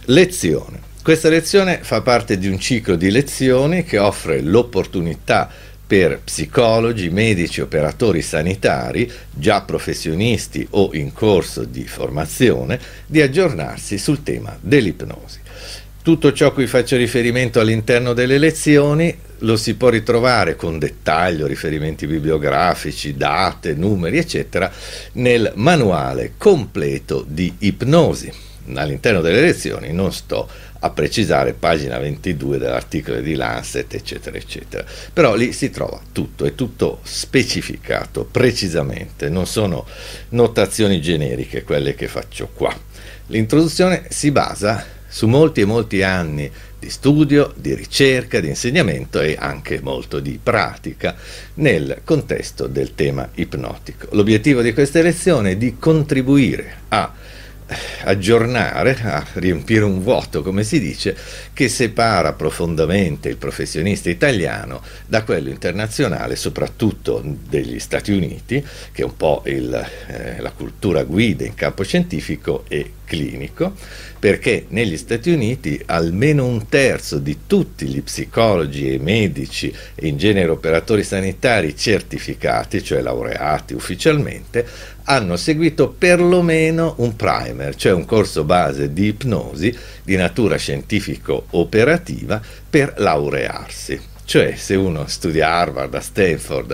Lezione. Questa lezione fa parte di un ciclo di lezioni che offre l'opportunità per psicologi, medici, operatori sanitari, già professionisti o in corso di formazione, di aggiornarsi sul tema dell'ipnosi. Tutto ciò a cui faccio riferimento all'interno delle lezioni lo si può ritrovare con dettaglio, riferimenti bibliografici, date, numeri, eccetera, nel manuale completo di ipnosi. All'interno delle lezioni non sto a precisare pagina 22 dell'articolo di Lancet, eccetera, eccetera. Però lì si trova tutto, è tutto specificato precisamente, non sono notazioni generiche quelle che faccio qua. L'introduzione si basa su molti e molti anni di studio, di ricerca, di insegnamento e anche molto di pratica nel contesto del tema ipnotico. L'obiettivo di queste lezioni è di contribuire a aggiornare, a riempire un vuoto, come si dice, che separa profondamente il professionista italiano da quello internazionale, soprattutto degli Stati Uniti, che è un po' la cultura guida in campo scientifico e clinico, perché negli Stati Uniti almeno un terzo di tutti gli psicologi e medici e in genere operatori sanitari certificati, cioè laureati ufficialmente, hanno seguito perlomeno un primer, cioè un corso base di ipnosi di natura scientifico-operativa per laurearsi. Cioè, se uno studia a Harvard, a Stanford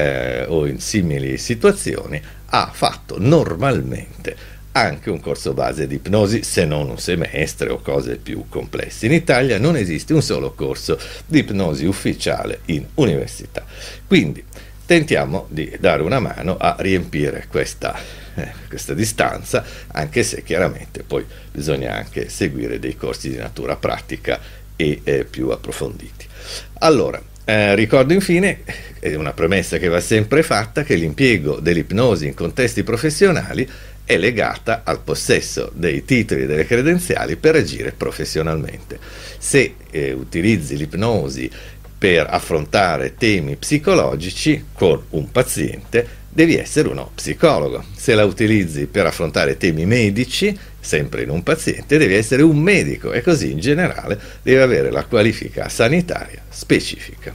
o in simili situazioni, ha fatto normalmente anche un corso base di ipnosi, se non un semestre o cose più complesse. In Italia non esiste un solo corso di ipnosi ufficiale in università. Quindi tentiamo di dare una mano a riempire questa distanza, anche se chiaramente poi bisogna anche seguire dei corsi di natura pratica e più approfonditi. Allora, ricordo infine, è una premessa che va sempre fatta, che l'impiego dell'ipnosi in contesti professionali è legata al possesso dei titoli e delle credenziali per agire professionalmente. Se utilizzi l'ipnosi per affrontare temi psicologici con un paziente, devi essere uno psicologo. Se la utilizzi per affrontare temi medici, sempre in un paziente, devi essere un medico, e così in generale devi avere la qualifica sanitaria specifica.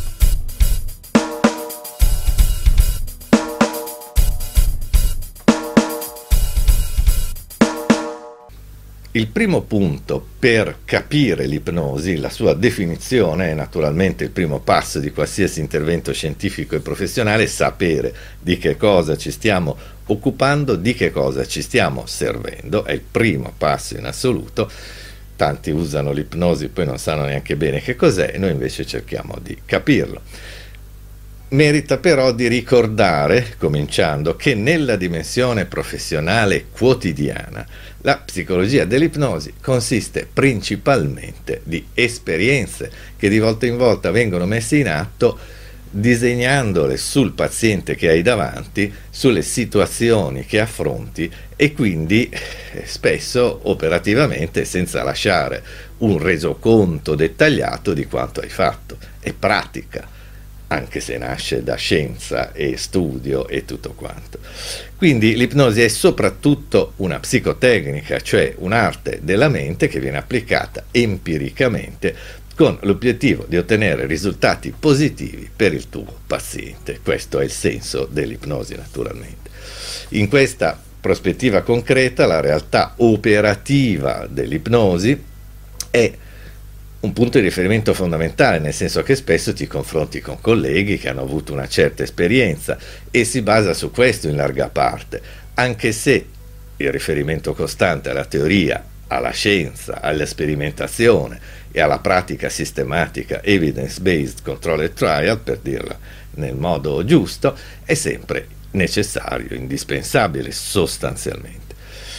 Il primo punto per capire l'ipnosi, la sua definizione, è naturalmente il primo passo di qualsiasi intervento scientifico e professionale, sapere di che cosa ci stiamo occupando, di che cosa ci stiamo servendo, è il primo passo in assoluto. Tanti usano l'ipnosi, poi non sanno neanche bene che cos'è, e noi invece cerchiamo di capirlo. Merita però di ricordare, cominciando, che nella dimensione professionale quotidiana la psicologia dell'ipnosi consiste principalmente di esperienze che di volta in volta vengono messe in atto, disegnandole sul paziente che hai davanti, sulle situazioni che affronti, e quindi spesso operativamente senza lasciare un resoconto dettagliato di quanto hai fatto. È pratica, anche se nasce da scienza e studio e tutto quanto. Quindi l'ipnosi è soprattutto una psicotecnica, cioè un'arte della mente che viene applicata empiricamente con l'obiettivo di ottenere risultati positivi per il tuo paziente. Questo è il senso dell'ipnosi, naturalmente. In questa prospettiva concreta, la realtà operativa dell'ipnosi è un punto di riferimento fondamentale, nel senso che spesso ti confronti con colleghi che hanno avuto una certa esperienza e si basa su questo in larga parte, anche se il riferimento costante alla teoria, alla scienza, alla sperimentazione e alla pratica sistematica evidence-based controlled trial, per dirla nel modo giusto, è sempre necessario, indispensabile sostanzialmente.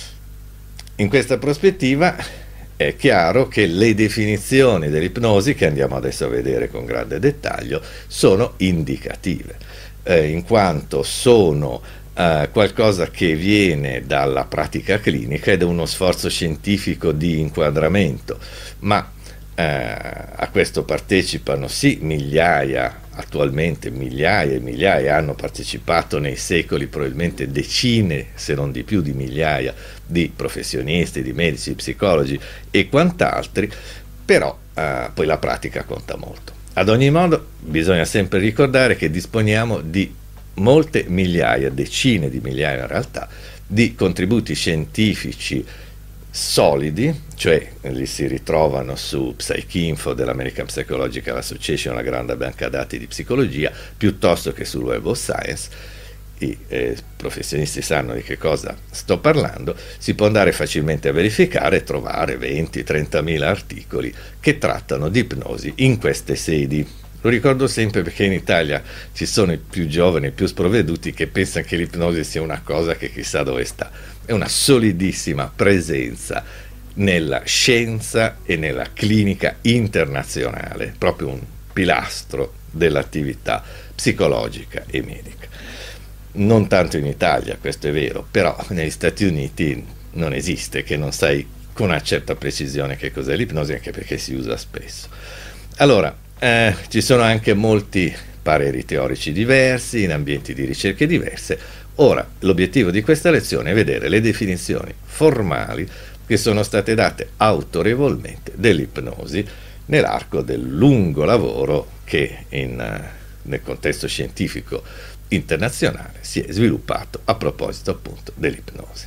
In questa prospettiva è chiaro che le definizioni dell'ipnosi, che andiamo adesso a vedere con grande dettaglio, sono indicative, in quanto sono qualcosa che viene dalla pratica clinica ed è uno sforzo scientifico di inquadramento, ma a questo partecipano sì migliaia, attualmente migliaia e migliaia, hanno partecipato nei secoli probabilmente decine, se non di più di migliaia di professionisti, di medici, di psicologi e quant'altri, però poi la pratica conta molto. Ad ogni modo bisogna sempre ricordare che disponiamo di molte migliaia, decine di migliaia in realtà, di contributi scientifici solidi, cioè li si ritrovano su PsycInfo dell'American Psychological Association, la grande banca dati di psicologia, piuttosto che sul Web of Science. I professionisti sanno di che cosa sto parlando, si può andare facilmente a verificare e trovare 20-30 mila articoli che trattano di ipnosi in queste sedi. Lo ricordo sempre perché in Italia ci sono i più giovani, i più sprovveduti che pensano che l'ipnosi sia una cosa che chissà dove sta. È una solidissima presenza nella scienza e nella clinica internazionale, proprio un pilastro dell'attività psicologica e medica. Non tanto in Italia, questo è vero, però negli Stati Uniti non esiste che non sai con una certa precisione che cos'è l'ipnosi, anche perché si usa spesso. Allora, ci sono anche molti pareri teorici diversi, in ambienti di ricerche diverse. Ora, l'obiettivo di questa lezione è vedere le definizioni formali che sono state date autorevolmente dell'ipnosi nell'arco del lungo lavoro che nel contesto scientifico internazionale si è sviluppato a proposito appunto dell'ipnosi.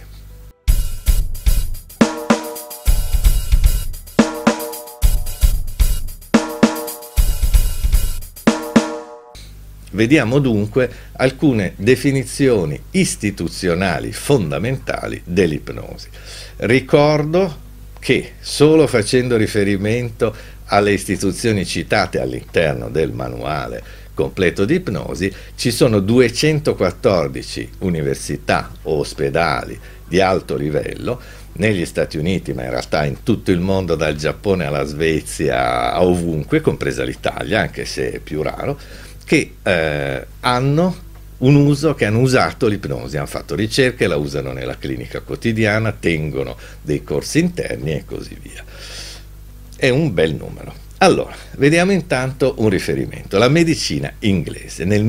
Vediamo dunque alcune definizioni istituzionali fondamentali dell'ipnosi. Ricordo che solo facendo riferimento alle istituzioni citate all'interno del manuale completo di ipnosi ci sono 214 università o ospedali di alto livello negli Stati Uniti, ma in realtà in tutto il mondo, dal Giappone alla Svezia a ovunque, compresa l'Italia, anche se è più raro, che hanno usato l'ipnosi, hanno fatto ricerche, la usano nella clinica quotidiana, tengono dei corsi interni e così via. È un bel numero. Allora, vediamo intanto un riferimento. La medicina inglese. Nel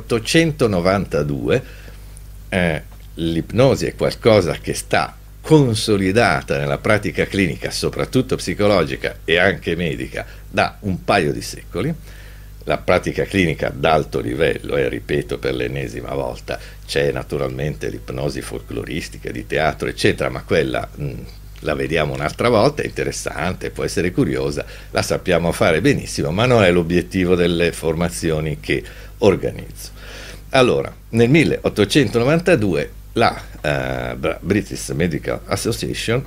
1892 l'ipnosi è qualcosa che sta consolidata nella pratica clinica, soprattutto psicologica e anche medica, da un paio di secoli. La pratica clinica d'alto livello, ripeto per l'ennesima volta, c'è naturalmente l'ipnosi folcloristica, di teatro, eccetera, ma quella la vediamo un'altra volta, è interessante, può essere curiosa, la sappiamo fare benissimo, ma non è l'obiettivo delle formazioni che organizzo. Allora, nel 1892 la British Medical Association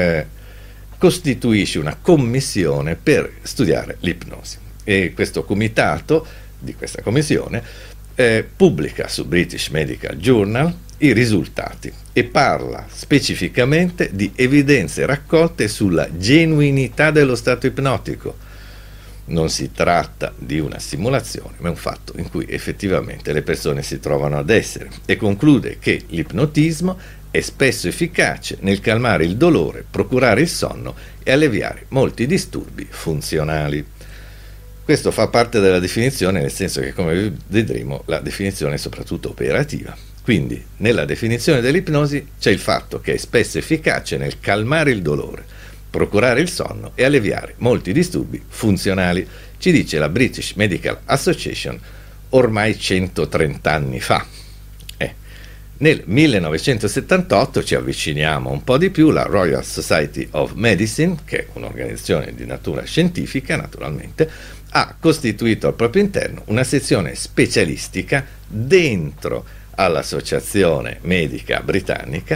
costituisce una commissione per studiare l'ipnosi. E questo comitato di questa commissione pubblica su British Medical Journal i risultati e parla specificamente di evidenze raccolte sulla genuinità dello stato ipnotico. Non si tratta di una simulazione, ma è un fatto in cui effettivamente le persone si trovano ad essere, e conclude che l'ipnotismo è spesso efficace nel calmare il dolore, procurare il sonno e alleviare molti disturbi funzionali. Questo fa parte della definizione, nel senso che, come vedremo, la definizione è soprattutto operativa. Quindi, nella definizione dell'ipnosi c'è il fatto che è spesso efficace nel calmare il dolore, procurare il sonno e alleviare molti disturbi funzionali, ci dice la British Medical Association ormai 130 anni fa. Nel 1978, ci avviciniamo un po' di più, la Royal Society of Medicine, che è un'organizzazione di natura scientifica naturalmente, ha costituito al proprio interno una sezione specialistica dentro all'Associazione Medica Britannica,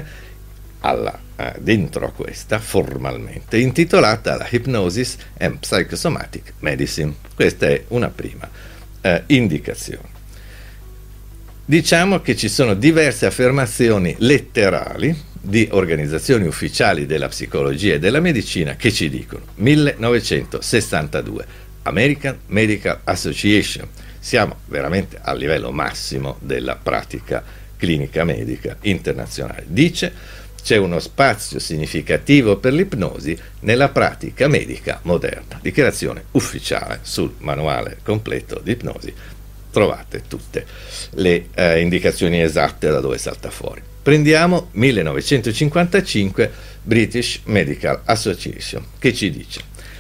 dentro a questa formalmente, intitolata la Hypnosis and Psychosomatic Medicine. Questa è una prima indicazione. Diciamo che ci sono diverse affermazioni letterali di organizzazioni ufficiali della psicologia e della medicina che ci dicono 1962 American Medical Association, siamo veramente al livello massimo della pratica clinica medica internazionale, dice: c'è uno spazio significativo per l'ipnosi nella pratica medica moderna. Dichiarazione ufficiale sul manuale completo di ipnosi trovate tutte le indicazioni esatte da dove salta fuori. Prendiamo 1955, British Medical Association, che ci dice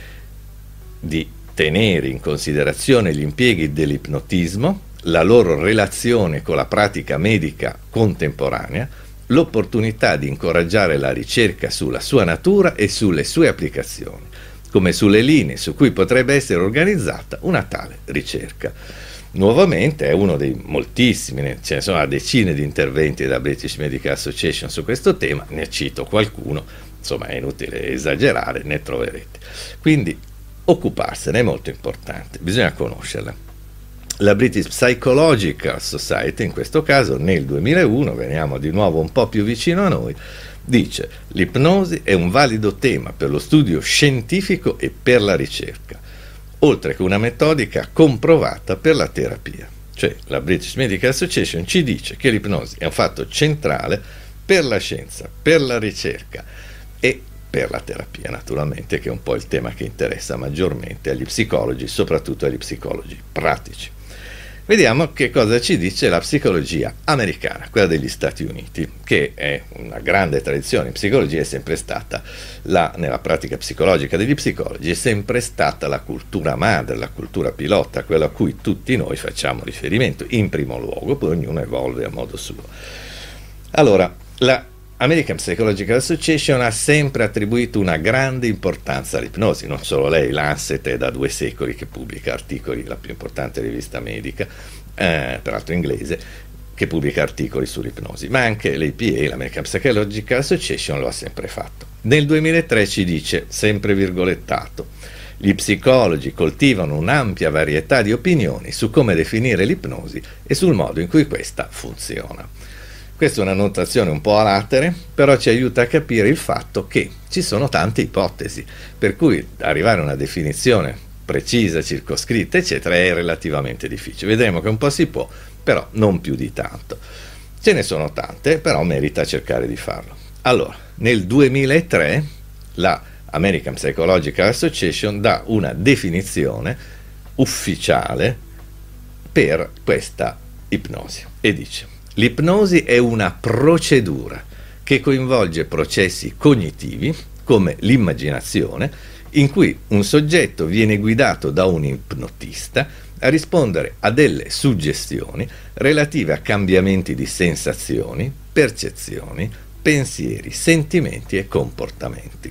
di tenere in considerazione gli impieghi dell'ipnotismo, la loro relazione con la pratica medica contemporanea, l'opportunità di incoraggiare la ricerca sulla sua natura e sulle sue applicazioni, come sulle linee su cui potrebbe essere organizzata una tale ricerca. Nuovamente è uno dei moltissimi, ce ne sono decine di interventi della British Medical Association su questo tema, ne cito qualcuno, insomma è inutile esagerare, ne troverete. Quindi occuparsene è molto importante, bisogna conoscerla. La British Psychological Society, in questo caso nel 2001, veniamo di nuovo un po' più vicino a noi, dice: l'ipnosi è un valido tema per lo studio scientifico e per la ricerca, oltre che una metodica comprovata per la terapia. Cioè la British Medical Association ci dice che l'ipnosi è un fatto centrale per la scienza, per la ricerca e per la terapia, naturalmente, che è un po' il tema che interessa maggiormente agli psicologi, soprattutto agli psicologi pratici. Vediamo che cosa ci dice la psicologia americana, quella degli Stati Uniti, che è una grande tradizione in psicologia, è sempre stata, nella pratica psicologica degli psicologi, è sempre stata la cultura madre, la cultura pilota, quella a cui tutti noi facciamo riferimento, in primo luogo, poi ognuno evolve a modo suo. Allora, la American Psychological Association ha sempre attribuito una grande importanza all'ipnosi, non solo lei, l'Ancet è da 2 secoli che pubblica articoli, la più importante rivista medica, peraltro inglese, che pubblica articoli sull'ipnosi, ma anche l'APA, l'American Psychological Association, lo ha sempre fatto. Nel 2003 ci dice, sempre virgolettato, gli psicologi coltivano un'ampia varietà di opinioni su come definire l'ipnosi e sul modo in cui questa funziona. Questa è una notazione un po' a latere, però ci aiuta a capire il fatto che ci sono tante ipotesi, per cui arrivare a una definizione precisa, circoscritta, eccetera, è relativamente difficile. Vedremo che un po' si può, però non più di tanto. Ce ne sono tante, però merita cercare di farlo. Allora, nel 2003 la American Psychological Association dà una definizione ufficiale per questa ipnosi e dice: l'ipnosi è una procedura che coinvolge processi cognitivi, come l'immaginazione, in cui un soggetto viene guidato da un ipnotista a rispondere a delle suggestioni relative a cambiamenti di sensazioni, percezioni, pensieri, sentimenti e comportamenti.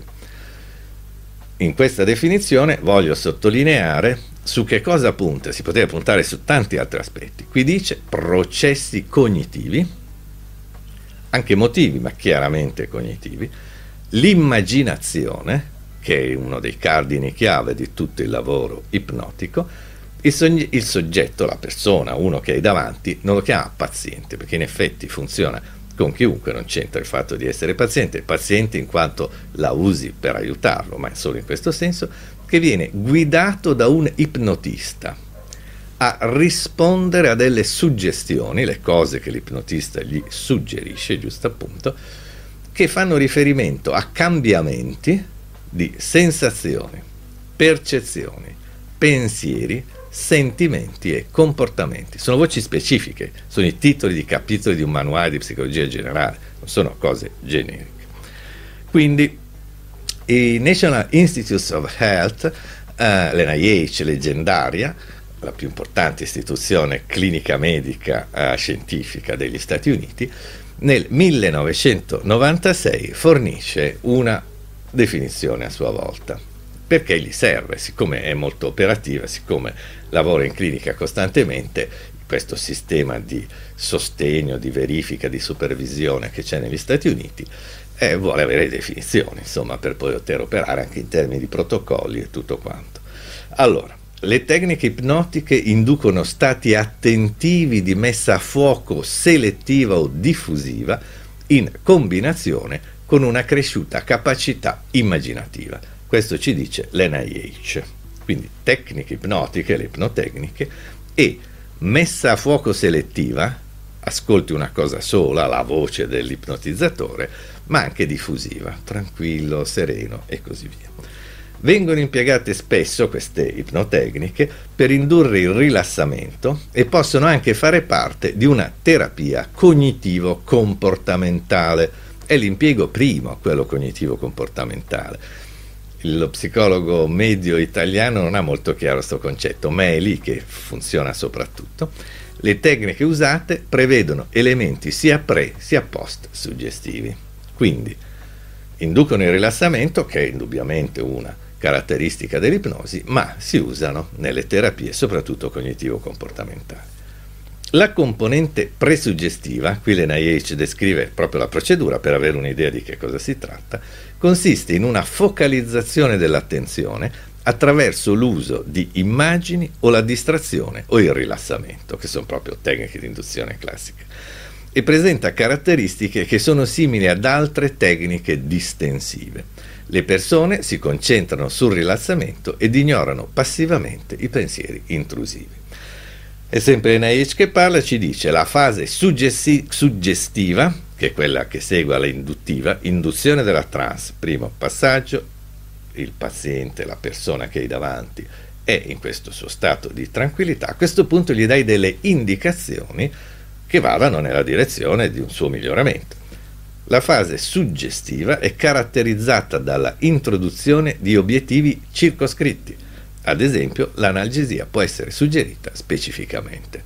In questa definizione voglio sottolineare su che cosa punta, si poteva puntare su tanti altri aspetti. Qui dice processi cognitivi, anche emotivi, ma chiaramente cognitivi, l'immaginazione, che è uno dei cardini chiave di tutto il lavoro ipnotico, il soggetto, la persona, uno che hai davanti, non lo chiama paziente, perché in effetti funziona con chiunque, non c'entra il fatto di essere paziente in quanto la usi per aiutarlo, ma è solo in questo senso, che viene guidato da un ipnotista a rispondere a delle suggestioni, le cose che l'ipnotista gli suggerisce, giusto appunto, che fanno riferimento a cambiamenti di sensazioni, percezioni, pensieri, sentimenti e comportamenti. Sono voci specifiche, sono i titoli di capitoli di un manuale di psicologia generale, non sono cose generiche. Quindi i National Institutes of Health, l'NIH leggendaria, la più importante istituzione clinica medica scientifica degli Stati Uniti, nel 1996 fornisce una definizione a sua volta, perché gli serve, siccome è molto operativa, siccome lavora in clinica costantemente, questo sistema di sostegno, di verifica, di supervisione che c'è negli Stati Uniti, vuole avere definizioni, insomma, per poter operare anche in termini di protocolli e tutto quanto. Allora, le tecniche ipnotiche inducono stati attentivi di messa a fuoco selettiva o diffusiva in combinazione con una cresciuta capacità immaginativa. Questo ci dice l'NIH. Quindi tecniche ipnotiche, le ipnotecniche, e messa a fuoco selettiva, ascolti una cosa sola, la voce dell'ipnotizzatore, ma anche diffusiva, tranquillo, sereno e così via. Vengono impiegate spesso queste ipnotecniche per indurre il rilassamento e possono anche fare parte di una terapia cognitivo-comportamentale. È l'impiego primo, quello cognitivo-comportamentale. Lo psicologo medio italiano non ha molto chiaro questo concetto, ma è lì che funziona soprattutto. Le tecniche usate prevedono elementi sia pre sia post suggestivi. Quindi inducono il rilassamento, che è indubbiamente una caratteristica dell'ipnosi, ma si usano nelle terapie soprattutto cognitivo-comportamentali. La componente presuggestiva, qui l'NIH descrive proprio la procedura per avere un'idea di che cosa si tratta, consiste in una focalizzazione dell'attenzione attraverso l'uso di immagini o la distrazione o il rilassamento, che sono proprio tecniche di induzione classica, e presenta caratteristiche che sono simili ad altre tecniche distensive. Le persone si concentrano sul rilassamento ed ignorano passivamente i pensieri intrusivi. È sempre NIH che parla, ci dice la fase suggestiva, che è quella che segue alla induttiva, induzione della trance, primo passaggio, il paziente, la persona che hai davanti è in questo suo stato di tranquillità, a questo punto gli dai delle indicazioni che vadano nella direzione di un suo miglioramento. La fase suggestiva è caratterizzata dalla introduzione di obiettivi circoscritti. Ad esempio, l'analgesia può essere suggerita specificamente.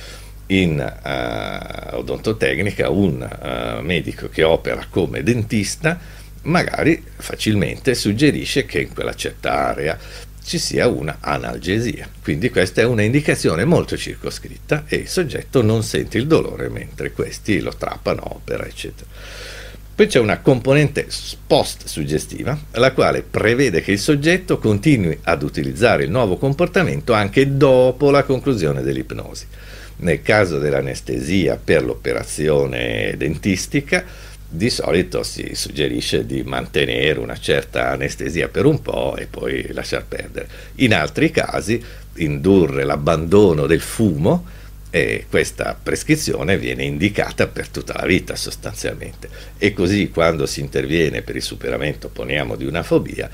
In odontotecnica, un medico che opera come dentista magari facilmente suggerisce che in quella certa area ci sia una analgesia. Quindi questa è una indicazione molto circoscritta e il soggetto non sente il dolore mentre questi lo trappano, opera, eccetera. Poi c'è una componente post-suggestiva, la quale prevede che il soggetto continui ad utilizzare il nuovo comportamento anche dopo la conclusione dell'ipnosi. Nel caso dell'anestesia per l'operazione dentistica, di solito si suggerisce di mantenere una certa anestesia per un po' e poi lasciar perdere. In altri casi, indurre l'abbandono del fumo, e questa prescrizione viene indicata per tutta la vita sostanzialmente, e così quando si interviene per il superamento, poniamo, di una fobia,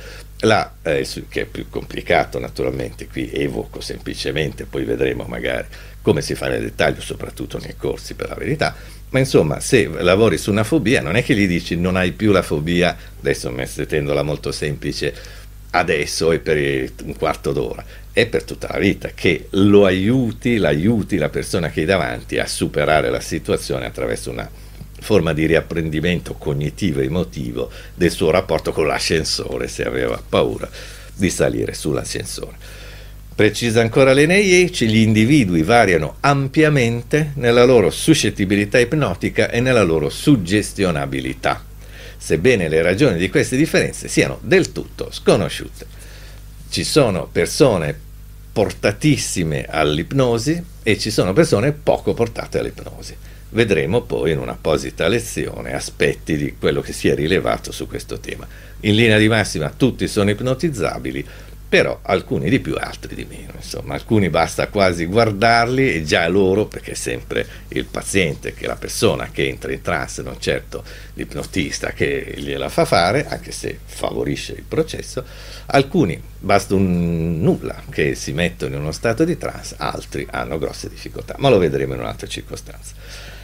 che è più complicato naturalmente, qui evoco semplicemente, poi vedremo magari come si fa nel dettaglio, soprattutto nei corsi per la verità, ma insomma se lavori su una fobia non è che gli dici non hai più la fobia, adesso mettendola molto semplice, adesso e per un quarto d'ora, è per tutta la vita, che l'aiuti la persona che hai davanti a superare la situazione attraverso una forma di riapprendimento cognitivo e emotivo del suo rapporto con l'ascensore, se aveva paura di salire sull'ascensore. Precisa ancora l'NIH, gli individui variano ampiamente nella loro suscettibilità ipnotica e nella loro suggestionabilità, sebbene le ragioni di queste differenze siano del tutto sconosciute. Ci sono persone portatissime all'ipnosi e ci sono persone poco portate all'ipnosi. Vedremo poi in un'apposita lezione aspetti di quello che si è rilevato su questo tema. In linea di massima tutti sono ipnotizzabili, però alcuni di più, altri di meno. Insomma, alcuni basta quasi guardarli e già loro, perché è sempre il paziente, che è la persona che entra in trance, non certo l'ipnotista che gliela fa fare, anche se favorisce il processo. Alcuni basta un nulla che si mettono in uno stato di trance, altri hanno grosse difficoltà, ma lo vedremo in un'altra circostanza.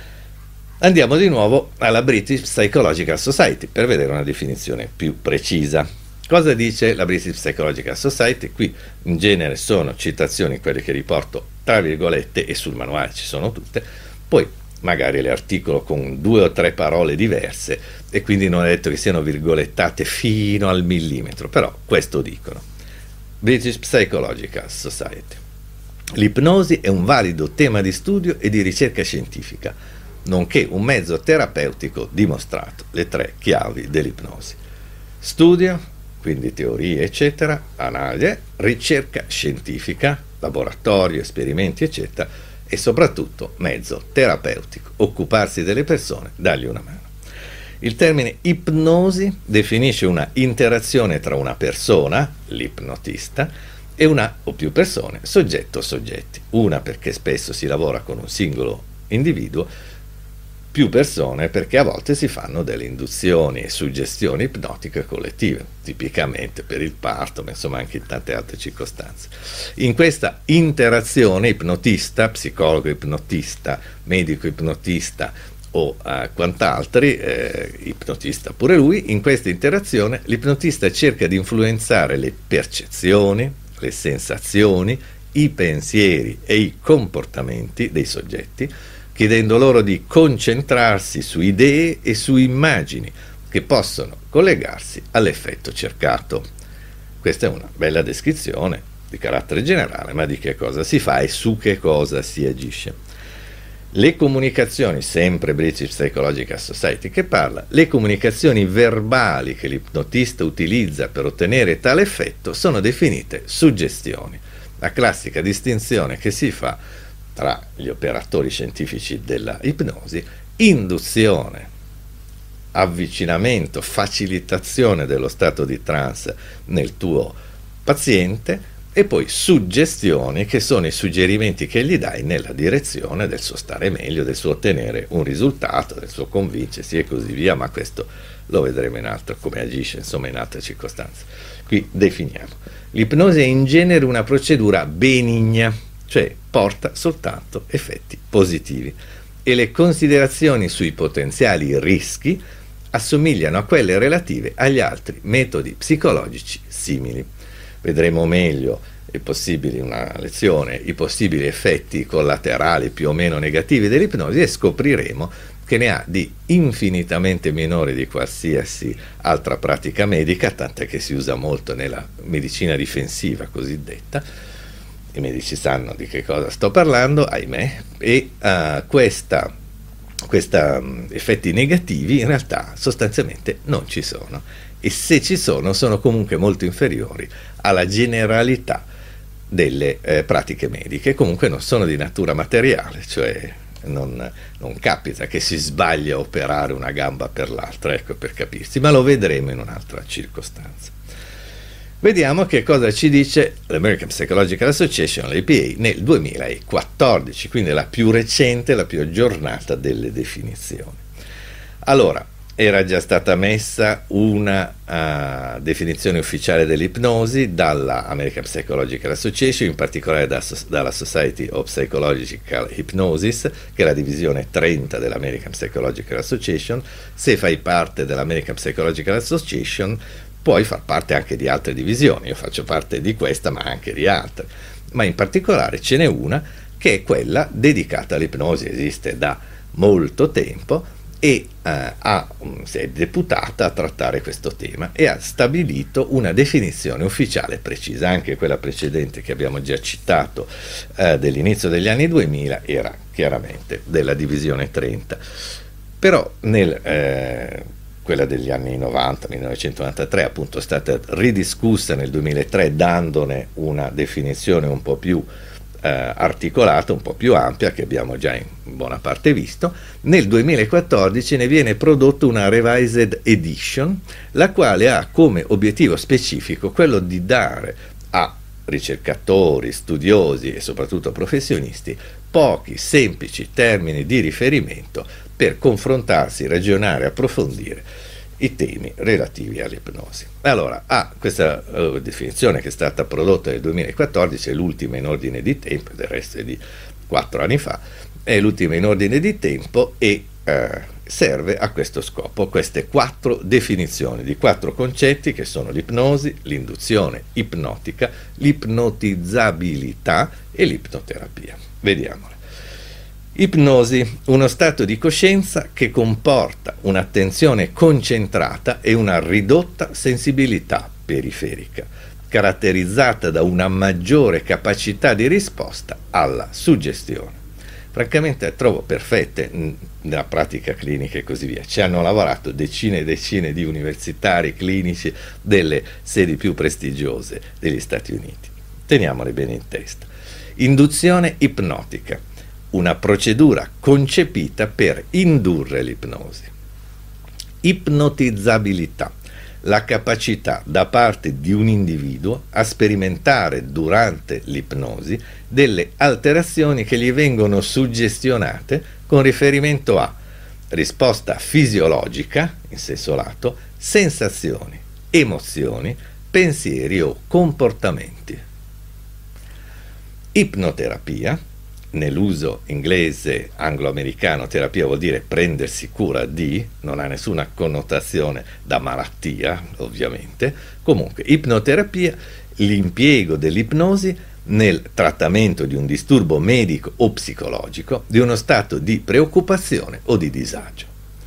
Andiamo di nuovo alla British Psychological Society per vedere una definizione più precisa. Cosa dice la British Psychological Society? Qui in genere sono citazioni, quelle che riporto tra virgolette, e sul manuale ci sono tutte, poi magari le articolo con 2 o 3 parole diverse e quindi non è detto che siano virgolettate fino al millimetro, però questo dicono. British Psychological Society. L'ipnosi è un valido tema di studio e di ricerca scientifica, nonché un mezzo terapeutico dimostrato, le 3 chiavi dell'ipnosi. Studio, quindi teorie eccetera, analisi, ricerca scientifica, laboratorio, esperimenti eccetera, e soprattutto mezzo terapeutico, occuparsi delle persone, dargli una mano. Il termine ipnosi definisce una interazione tra una persona, l'ipnotista, e una o più persone, soggetto o soggetti. Una perché spesso si lavora con un singolo individuo, più persone, perché a volte si fanno delle induzioni e suggestioni ipnotiche collettive, tipicamente per il parto, ma insomma anche in tante altre circostanze. In questa interazione ipnotista, psicologo ipnotista, medico ipnotista o quant'altri, ipnotista pure lui, in questa interazione l'ipnotista cerca di influenzare le percezioni, le sensazioni, i pensieri e i comportamenti dei soggetti, chiedendo loro di concentrarsi su idee e su immagini che possono collegarsi all'effetto cercato. Questa è una bella descrizione di carattere generale, ma di che cosa si fa e su che cosa si agisce. Le comunicazioni, sempre British Psychological Society che parla, le comunicazioni verbali che l'ipnotista utilizza per ottenere tale effetto sono definite suggestioni. La classica distinzione che si fa tra gli operatori scientifici della ipnosi: induzione, avvicinamento, facilitazione dello stato di trance nel tuo paziente, e poi suggestioni, che sono i suggerimenti che gli dai nella direzione del suo stare meglio, del suo ottenere un risultato, del suo convincersi e così via, ma questo lo vedremo in altro, come agisce insomma in altre circostanze. Qui definiamo. L'ipnosi è in genere una procedura benigna, cioè porta soltanto effetti positivi, e le considerazioni sui potenziali rischi assomigliano a quelle relative agli altri metodi psicologici simili. Vedremo meglio in una lezione i possibili effetti collaterali più o meno negativi dell'ipnosi, e scopriremo che ne ha di infinitamente minori di qualsiasi altra pratica medica, tant'è che si usa molto nella medicina difensiva cosiddetta. I medici sanno di che cosa sto parlando, ahimè, e questi effetti negativi in realtà sostanzialmente non ci sono, e se ci sono comunque molto inferiori alla generalità delle pratiche mediche. Comunque non sono di natura materiale, cioè non capita che si sbaglia a operare una gamba per l'altra, ecco, per capirsi, ma lo vedremo in un'altra circostanza. Vediamo che cosa ci dice l'American Psychological Association, l'APA, nel 2014, quindi la più recente, la più aggiornata delle definizioni. Allora, era già stata messa una definizione ufficiale dell'ipnosi dalla American Psychological Association, in particolare dalla Society of Psychological Hypnosis, che è la divisione 30 dell'American Psychological Association. Se fai parte dell'American Psychological Association puoi far parte anche di altre divisioni. Io faccio parte di questa, ma anche di altre, ma in particolare ce n'è una che è quella dedicata all'ipnosi, esiste da molto tempo e si è deputata a trattare questo tema e ha stabilito una definizione ufficiale precisa. Anche quella precedente che abbiamo già citato dell'inizio degli anni 2000 era chiaramente della divisione 30, però quella degli anni 90, 1993, appunto, è stata ridiscussa nel 2003 dandone una definizione un po' più articolata, un po' più ampia, che abbiamo già in buona parte visto. Nel 2014 ne viene prodotto una revised edition, la quale ha come obiettivo specifico quello di dare a ricercatori, studiosi e soprattutto professionisti pochi semplici termini di riferimento per confrontarsi, ragionare, approfondire i temi relativi all'ipnosi. Allora, questa definizione, che è stata prodotta nel 2014, è l'ultima in ordine di tempo, del resto è di 4 anni fa, è l'ultima in ordine di tempo e serve a questo scopo. Queste 4 definizioni di 4 concetti, che sono l'ipnosi, l'induzione ipnotica, l'ipnotizzabilità e l'ipnoterapia. Vediamole. Ipnosi, uno stato di coscienza che comporta un'attenzione concentrata e una ridotta sensibilità periferica, caratterizzata da una maggiore capacità di risposta alla suggestione. Francamente trovo perfette nella pratica clinica e così via. Ci hanno lavorato decine e decine di universitari clinici delle sedi più prestigiose degli Stati Uniti. Teniamole bene in testa. Induzione ipnotica, una procedura concepita per indurre l'ipnosi. Ipnotizzabilità, la capacità da parte di un individuo a sperimentare durante l'ipnosi delle alterazioni che gli vengono suggestionate con riferimento a risposta fisiologica, in senso lato, sensazioni, emozioni, pensieri o comportamenti. Ipnoterapia, nell'uso inglese anglo-americano terapia vuol dire prendersi cura di, non ha nessuna connotazione da malattia, ovviamente. Comunque, ipnoterapia, l'impiego dell'ipnosi nel trattamento di un disturbo medico o psicologico, di uno stato di preoccupazione o di disagio.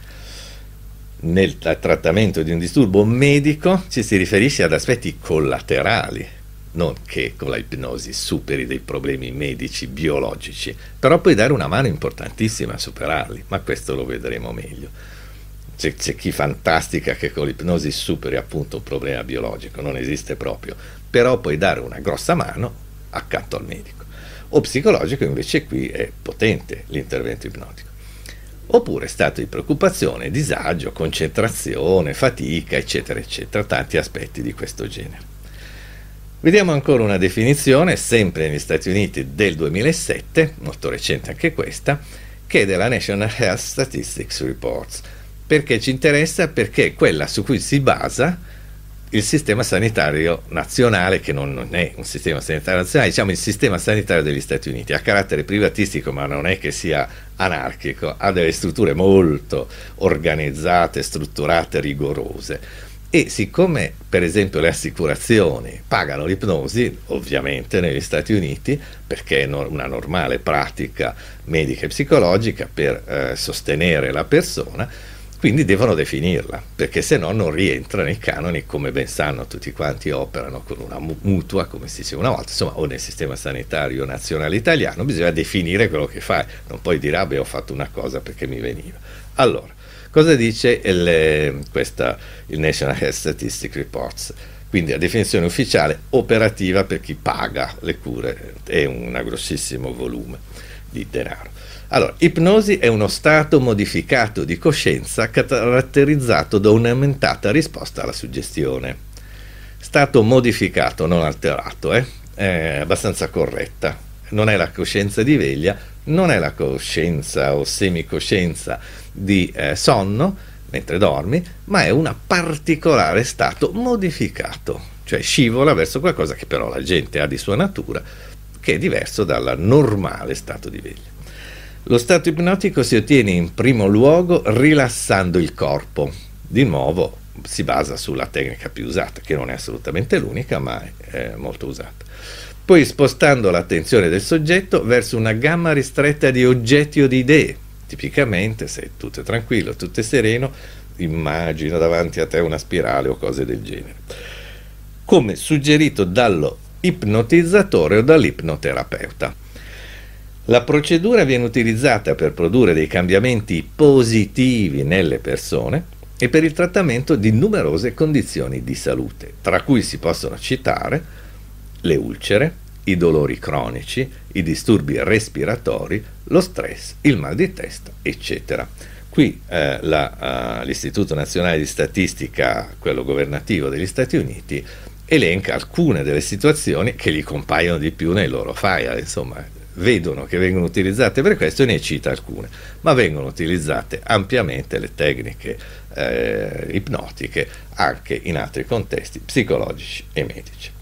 Nel trattamento di un disturbo medico ci si riferisce ad aspetti collaterali, non che con la ipnosi superi dei problemi medici, biologici, però puoi dare una mano importantissima a superarli, ma questo lo vedremo meglio. C'è chi fantastica che con l'ipnosi superi appunto un problema biologico, non esiste proprio, però puoi dare una grossa mano accanto al medico. O psicologico invece qui è potente l'intervento ipnotico. Oppure stato di preoccupazione, disagio, concentrazione, fatica, eccetera, eccetera, tanti aspetti di questo genere. Vediamo ancora una definizione, sempre negli Stati Uniti del 2007, molto recente anche questa, che è della National Health Statistics Reports. Perché ci interessa? Perché è quella su cui si basa il sistema sanitario nazionale, che non è un sistema sanitario nazionale, diciamo il sistema sanitario degli Stati Uniti. Ha carattere privatistico, ma non è che sia anarchico, ha delle strutture molto organizzate, strutturate, rigorose. E siccome per esempio le assicurazioni pagano l'ipnosi, ovviamente negli Stati Uniti, perché è una normale pratica medica e psicologica per sostenere la persona, quindi devono definirla, perché se no non rientra nei canoni, come ben sanno tutti quanti operano con una mutua, come si diceva una volta, insomma, o nel sistema sanitario nazionale italiano, bisogna definire quello che fai, non puoi dire ah beh ho fatto una cosa perché mi veniva. Allora, cosa dice il National Health Statistics Reports? Quindi la definizione ufficiale operativa per chi paga le cure è un grossissimo volume di denaro. Allora, ipnosi è uno stato modificato di coscienza caratterizzato da un'aumentata risposta alla suggestione. Stato modificato, non alterato, è abbastanza corretta. Non è la coscienza di veglia, non è la coscienza o semicoscienza di sonno mentre dormi, ma è un particolare stato modificato, cioè scivola verso qualcosa che però la gente ha di sua natura, che è diverso dal normale stato di veglia. Lo stato ipnotico si ottiene in primo luogo rilassando il corpo. Di nuovo si basa sulla tecnica più usata, che non è assolutamente l'unica, ma è molto usata. Poi spostando l'attenzione del soggetto verso una gamma ristretta di oggetti o di idee. Tipicamente, se tutto è tranquillo, tutto è sereno, immagina davanti a te una spirale o cose del genere, come suggerito dallo ipnotizzatore o dall'ipnoterapeuta. La procedura viene utilizzata per produrre dei cambiamenti positivi nelle persone e per il trattamento di numerose condizioni di salute, tra cui si possono citare le ulcere, i dolori cronici, i disturbi respiratori, lo stress, il mal di testa, eccetera. Qui l'Istituto Nazionale di Statistica, quello governativo degli Stati Uniti, elenca alcune delle situazioni che gli compaiono di più nei loro file, insomma, vedono che vengono utilizzate per questo e ne cita alcune, ma vengono utilizzate ampiamente le tecniche ipnotiche anche in altri contesti psicologici e medici.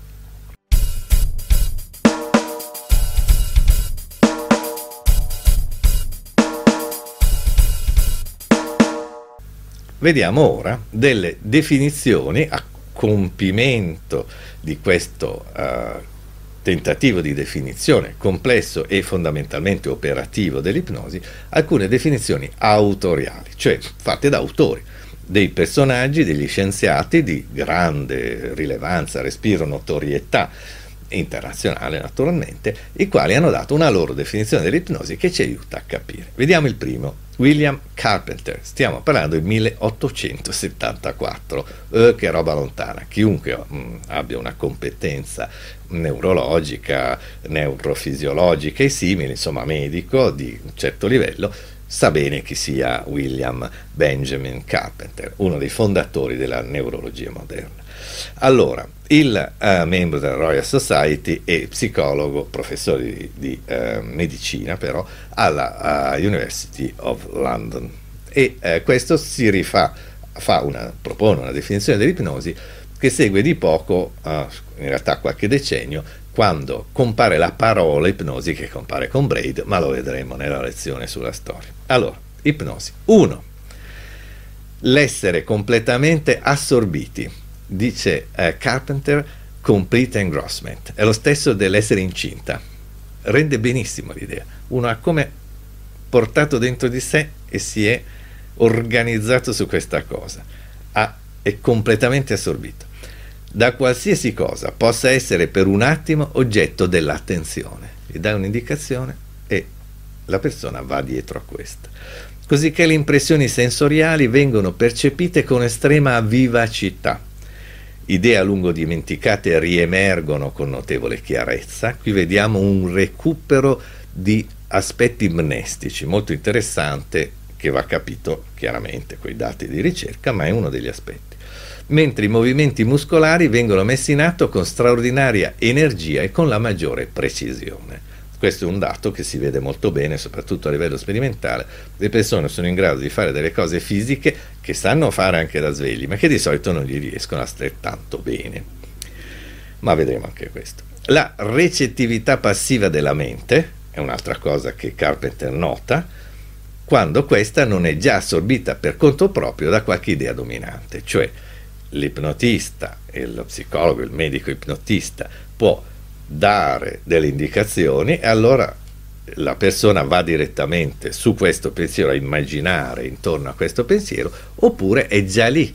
Vediamo ora delle definizioni a compimento di questo tentativo di definizione complesso e fondamentalmente operativo dell'ipnosi, alcune definizioni autoriali, cioè fatte da autori, dei personaggi, degli scienziati di grande rilevanza, respiro, notorietà internazionale naturalmente, i quali hanno dato una loro definizione dell'ipnosi che ci aiuta a capire. Vediamo il primo, William Carpenter, stiamo parlando del 1874, che roba lontana, chiunque abbia una competenza neurologica, neurofisiologica e simili, insomma medico di un certo livello, sa bene chi sia William Benjamin Carpenter, uno dei fondatori della neurologia moderna. Allora, il membro della Royal Society e psicologo, professore di medicina però alla University of London, questo si propone una definizione dell'ipnosi che segue di poco, in realtà qualche decennio, quando compare la parola ipnosi, che compare con Braid, ma lo vedremo nella lezione sulla storia. Allora, ipnosi. 1. L'essere completamente assorbiti. Dice Carpenter, complete engrossment. È lo stesso dell'essere incinta. Rende benissimo l'idea. Uno ha come portato dentro di sé e si è organizzato su questa cosa. È completamente assorbito da qualsiasi cosa possa essere per un attimo oggetto dell'attenzione. Gli dai un'indicazione e la persona va dietro a questa, così che le impressioni sensoriali vengono percepite con estrema vivacità. Idee a lungo dimenticate riemergono con notevole chiarezza. Qui vediamo un recupero di aspetti mnestici molto interessante, che va capito chiaramente con i dati di ricerca, ma è uno degli aspetti. Mentre i movimenti muscolari vengono messi in atto con straordinaria energia e con la maggiore precisione. Questo è un dato che si vede molto bene, soprattutto a livello sperimentale. Le persone sono in grado di fare delle cose fisiche che sanno fare anche da svegli, ma che di solito non gli riescono altrettanto bene. Ma vedremo anche questo. La recettività passiva della mente è un'altra cosa che Carpenter nota, quando questa non è già assorbita per conto proprio da qualche idea dominante, cioè l'ipnotista e lo psicologo, il medico ipnotista, può dare delle indicazioni e allora la persona va direttamente su questo pensiero, a immaginare intorno a questo pensiero, oppure è già lì.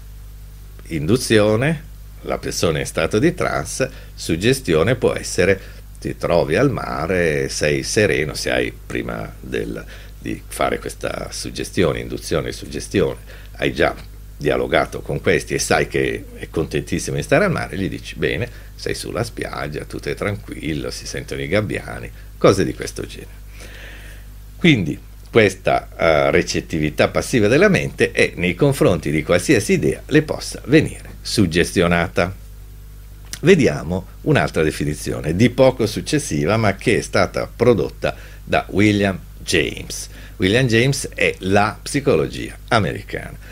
Induzione, la persona è in stato di trance, suggestione può essere: ti trovi al mare, sei sereno, se hai prima di fare questa suggestione, induzione e suggestione, hai già dialogato con questi e sai che è contentissimo di stare al mare, gli dici: bene, sei sulla spiaggia, tutto è tranquillo, si sentono i gabbiani, cose di questo genere. Quindi questa recettività passiva della mente è nei confronti di qualsiasi idea le possa venire suggestionata. Vediamo un'altra definizione di poco successiva, ma che è stata prodotta da William James. William James è la psicologia americana,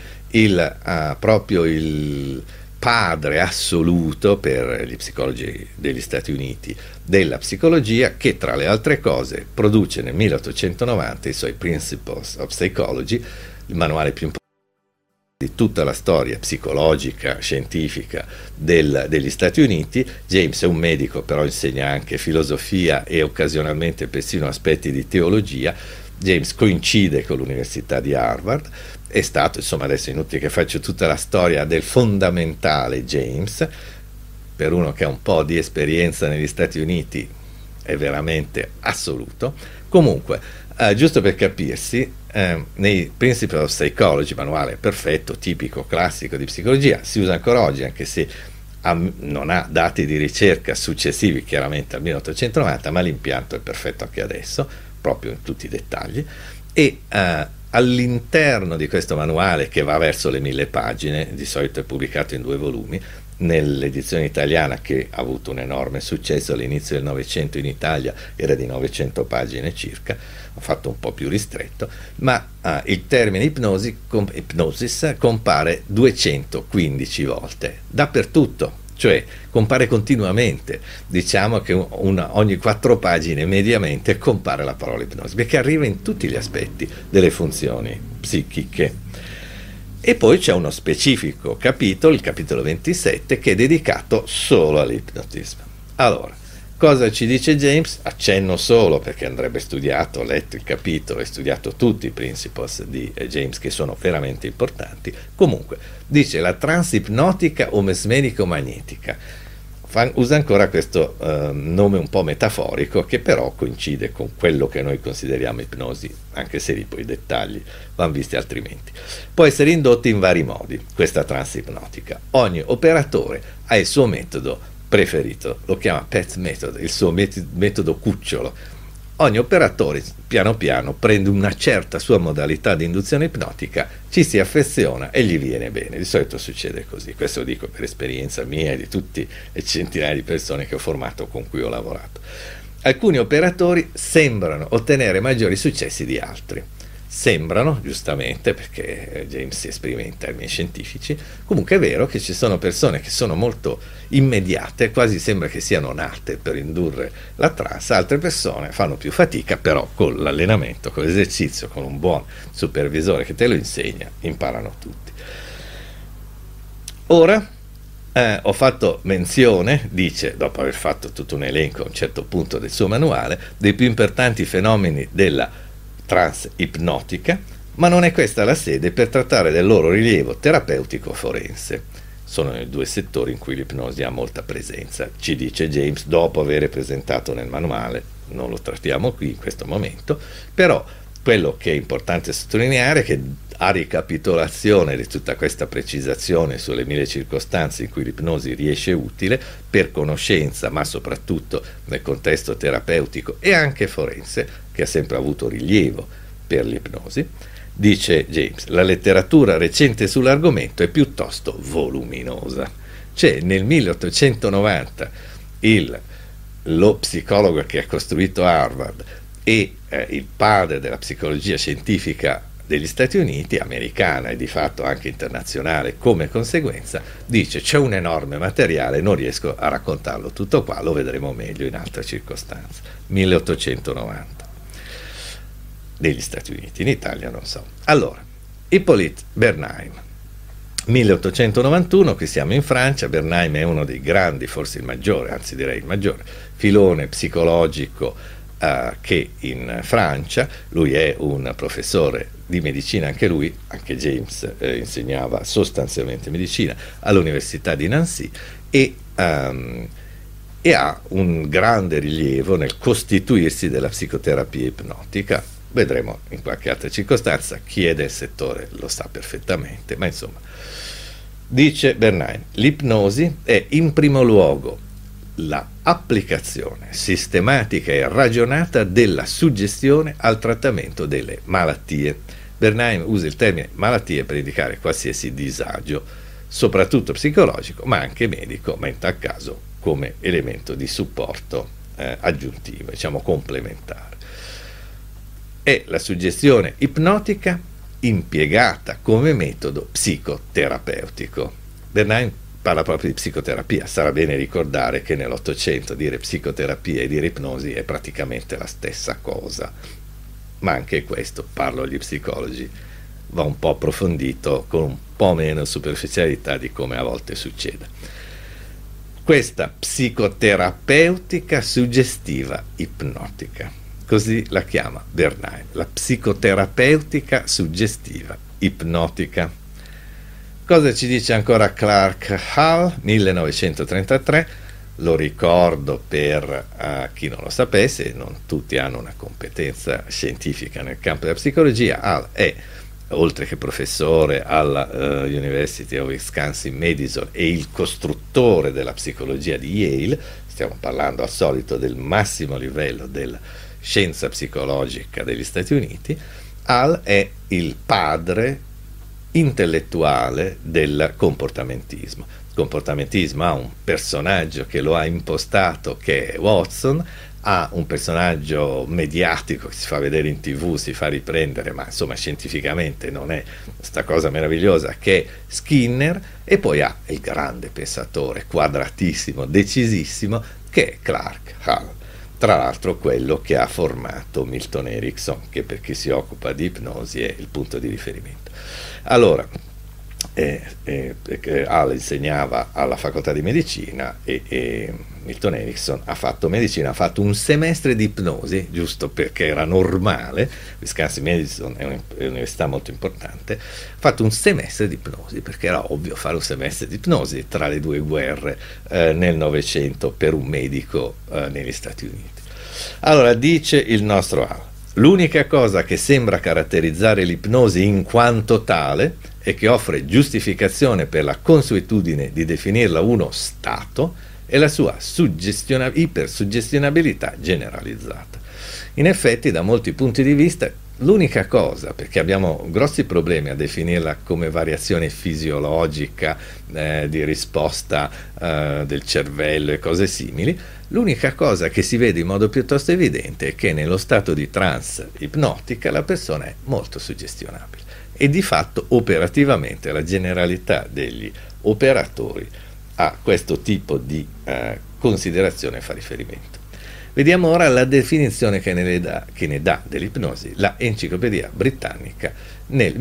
proprio il padre assoluto per gli psicologi degli Stati Uniti della psicologia, che tra le altre cose produce nel 1890 i suoi Principles of Psychology, il manuale più importante di tutta la storia psicologica, scientifica degli Stati Uniti. James è un medico, però insegna anche filosofia e occasionalmente persino aspetti di teologia. James coincide con l'Università di Harvard, è stato, insomma, adesso è inutile che faccio tutta la storia del fondamentale James, per uno che ha un po' di esperienza negli Stati Uniti è veramente assoluto. Comunque, giusto per capirsi, nei Principles of Psychology, manuale perfetto, tipico, classico di psicologia, si usa ancora oggi, anche se non ha dati di ricerca successivi chiaramente al 1890, ma l'impianto è perfetto anche adesso, proprio in tutti i dettagli, e all'interno di questo manuale, che va verso le 1000 pagine, di solito è pubblicato in 2 volumi, nell'edizione italiana, che ha avuto un enorme successo all'inizio del Novecento in Italia, era di 900 pagine circa, ho fatto un po' più ristretto, ma il termine ipnosis compare 215 volte, dappertutto, cioè compare continuamente. Diciamo che ogni 4 pagine mediamente compare la parola ipnosi, perché arriva in tutti gli aspetti delle funzioni psichiche. E poi c'è uno specifico capitolo, il capitolo 27, che è dedicato solo all'ipnotismo. Allora, cosa ci dice James? Accenno solo, perché andrebbe studiato, letto il capitolo e studiato tutti i principles di James, che sono veramente importanti. Comunque, dice la trance ipnotica o mesmerico-magnetica. Usa ancora questo nome un po' metaforico, che però coincide con quello che noi consideriamo ipnosi, anche se lì poi i dettagli vanno visti altrimenti. Può essere indotta in vari modi, questa trance ipnotica. Ogni operatore ha il suo metodo preferito, lo chiama pet method, il suo metodo cucciolo. Ogni operatore piano piano prende una certa sua modalità di induzione ipnotica, ci si affeziona e gli viene bene. Di solito succede così, questo lo dico per esperienza mia e di tutti le centinaia di persone che ho formato, con cui ho lavorato. Alcuni operatori sembrano ottenere maggiori successi di altri. sembrano, giustamente, perché James si esprime in termini scientifici, comunque è vero che ci sono persone che sono molto immediate, quasi sembra che siano nate per indurre la trance, altre persone fanno più fatica, però con l'allenamento, con l'esercizio, con un buon supervisore che te lo insegna, imparano tutti. Ora ho fatto menzione, dice, dopo aver fatto tutto un elenco a un certo punto del suo manuale, dei più importanti fenomeni della trance ipnotica, ma non è questa la sede per trattare del loro rilievo terapeutico forense. Sono i due settori in cui l'ipnosi ha molta presenza, ci dice James dopo aver presentato nel manuale, non lo trattiamo qui in questo momento, però quello che è importante sottolineare è che a ricapitolazione di tutta questa precisazione sulle 1000 circostanze in cui l'ipnosi riesce utile per conoscenza, ma soprattutto nel contesto terapeutico e anche forense, che ha sempre avuto rilievo per l'ipnosi, dice James, la letteratura recente sull'argomento è piuttosto voluminosa. C'è nel 1890 lo psicologo che ha costruito Harvard e il padre della psicologia scientifica degli Stati Uniti, americana e di fatto anche internazionale come conseguenza, dice c'è un enorme materiale, non riesco a raccontarlo tutto qua, lo vedremo meglio in altre circostanze. 1890 degli Stati Uniti, in Italia non so. Allora, Hippolyte Bernheim, 1891, qui siamo in Francia. Bernheim è uno dei grandi, forse il maggiore, anzi direi il maggiore filone psicologico che in Francia. Lui è un professore di medicina, anche lui, anche James insegnava sostanzialmente medicina all'Università di Nancy e ha un grande rilievo nel costituirsi della psicoterapia ipnotica. Vedremo in qualche altra circostanza, chi è del settore lo sa perfettamente, ma insomma, dice Bernheim, l'ipnosi è in primo luogo la applicazione sistematica e ragionata della suggestione al trattamento delle malattie. Bernheim usa il termine malattie per indicare qualsiasi disagio, soprattutto psicologico, ma anche medico, ma in tal caso come elemento di supporto aggiuntivo, diciamo complementare. È la suggestione ipnotica impiegata come metodo psicoterapeutico. Bernheim parla proprio di psicoterapia. Sarà bene ricordare che nell'Ottocento dire psicoterapia e dire ipnosi è praticamente la stessa cosa, ma anche questo, parlo agli psicologi, va un po' approfondito con un po' meno superficialità di come a volte succede. Questa psicoterapeutica suggestiva ipnotica, così la chiama Bernheim, la psicoterapeutica suggestiva ipnotica. Cosa ci dice ancora Clark Hall, 1933? Lo ricordo per chi non lo sapesse, non tutti hanno una competenza scientifica nel campo della psicologia. Hall è, oltre che professore alla University of Wisconsin-Madison, e il costruttore della psicologia di Yale. Stiamo parlando al solito del massimo livello della scienza psicologica degli Stati Uniti. Hall è il padre intellettuale del comportamentismo. Il comportamentismo ha un personaggio che lo ha impostato, che è Watson, ha un personaggio mediatico che si fa vedere in TV, si fa riprendere, ma insomma scientificamente non è questa cosa meravigliosa, che è Skinner, e poi ha il grande pensatore quadratissimo, decisissimo, che è Clark Hall. Tra l'altro quello che ha formato Milton Erickson, che per chi si occupa di ipnosi è il punto di riferimento. Allora, Hall insegnava alla facoltà di medicina e Milton Erickson ha fatto medicina, ha fatto un semestre di ipnosi, giusto perché era normale. Wisconsin-Madison è un'università molto importante, ha fatto un semestre di ipnosi perché era ovvio fare un semestre di ipnosi tra le due guerre nel Novecento per un medico negli Stati Uniti. Allora, dice il nostro Hall, l'unica cosa che sembra caratterizzare l'ipnosi in quanto tale e che offre giustificazione per la consuetudine di definirla uno stato è la sua ipersuggestionabilità generalizzata. In effetti, da molti punti di vista, l'unica cosa, perché abbiamo grossi problemi a definirla come variazione fisiologica di risposta del cervello e cose simili, L'unica cosa che si vede in modo piuttosto evidente è che nello stato di trance ipnotica la persona è molto suggestionabile e di fatto operativamente la generalità degli operatori a questo tipo di considerazione fa riferimento. Vediamo ora la definizione che ne dà dell'ipnosi la Enciclopedia Britannica nel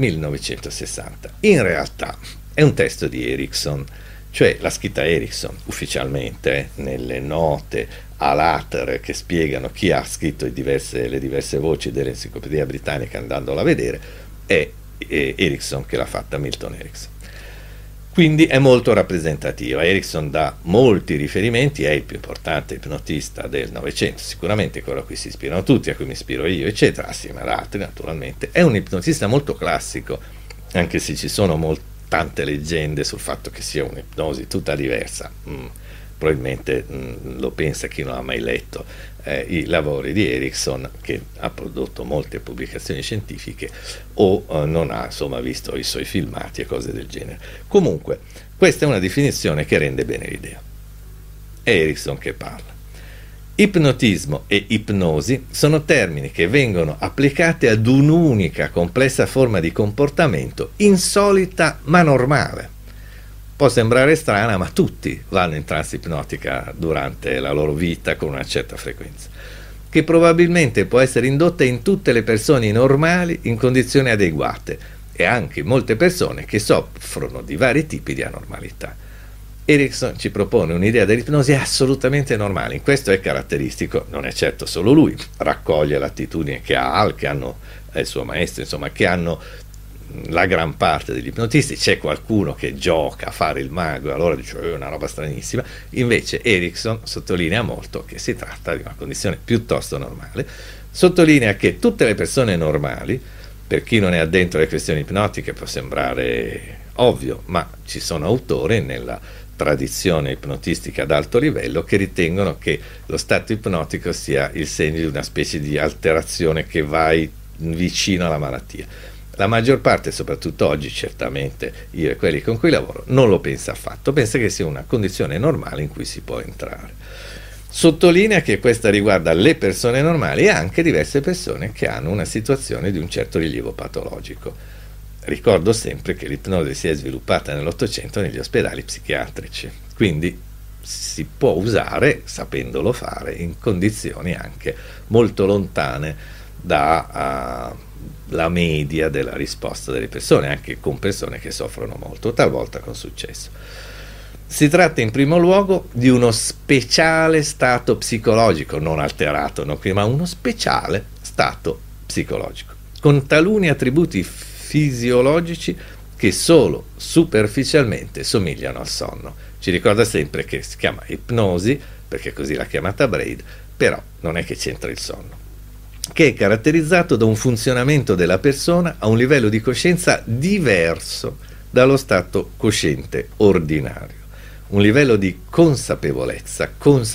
1960. In realtà è un testo di Erickson, cioè l'ha scritta Erickson ufficialmente nelle note a latere che spiegano chi ha scritto le diverse voci dell'Enciclopedia Britannica andandola a vedere, è Erickson che l'ha fatta, Milton Erickson. Quindi è molto rappresentativa. Erickson dà molti riferimenti, è il più importante ipnotista del Novecento, sicuramente quello a cui si ispirano tutti, a cui mi ispiro io, eccetera, assieme ad altri naturalmente. È un ipnotista molto classico, anche se ci sono tante leggende sul fatto che sia un'ipnosi tutta diversa. Probabilmente lo pensa chi non ha mai letto i lavori di Erickson, che ha prodotto molte pubblicazioni scientifiche, o non ha insomma visto i suoi filmati e cose del genere. Comunque, questa è una definizione che rende bene l'idea. È Erickson che parla. Ipnotismo e ipnosi sono termini che vengono applicati ad un'unica complessa forma di comportamento insolita ma normale. Può sembrare strana, ma tutti vanno in trance ipnotica durante la loro vita con una certa frequenza, che probabilmente può essere indotta in tutte le persone normali in condizioni adeguate e anche in molte persone che soffrono di vari tipi di anormalità. Erickson ci propone un'idea dell'ipnosi assolutamente normale. In questo è caratteristico, non è certo solo lui, raccoglie l'attitudine che ha Hall, che hanno il suo maestro, insomma, che hanno la gran parte degli ipnotisti. C'è qualcuno che gioca a fare il mago e allora dice è una roba stranissima. Invece Erickson sottolinea molto che si tratta di una condizione piuttosto normale, sottolinea che tutte le persone normali, per chi non è addentro alle questioni ipnotiche può sembrare ovvio, ma ci sono autori nella tradizione ipnotistica ad alto livello che ritengono che lo stato ipnotico sia il segno di una specie di alterazione che vai vicino alla malattia. La maggior parte, soprattutto oggi, certamente io e quelli con cui lavoro, non lo pensa affatto, pensa che sia una condizione normale in cui si può entrare. Sottolinea che questa riguarda le persone normali e anche diverse persone che hanno una situazione di un certo rilievo patologico. Ricordo sempre che l'ipnosi si è sviluppata nell'Ottocento negli ospedali psichiatrici, quindi si può usare, sapendolo fare, in condizioni anche molto lontane dalla media della risposta delle persone, anche con persone che soffrono molto, talvolta con successo. Si tratta in primo luogo di uno speciale stato psicologico, non alterato, ma uno speciale stato psicologico, con taluni attributi fisiologici che solo superficialmente somigliano al sonno. Ci ricorda sempre che si chiama ipnosi, perché così l'ha chiamata Braid, però non è che c'entra il sonno, che è caratterizzato da un funzionamento della persona a un livello di coscienza diverso dallo stato cosciente ordinario. Un livello di consapevolezza,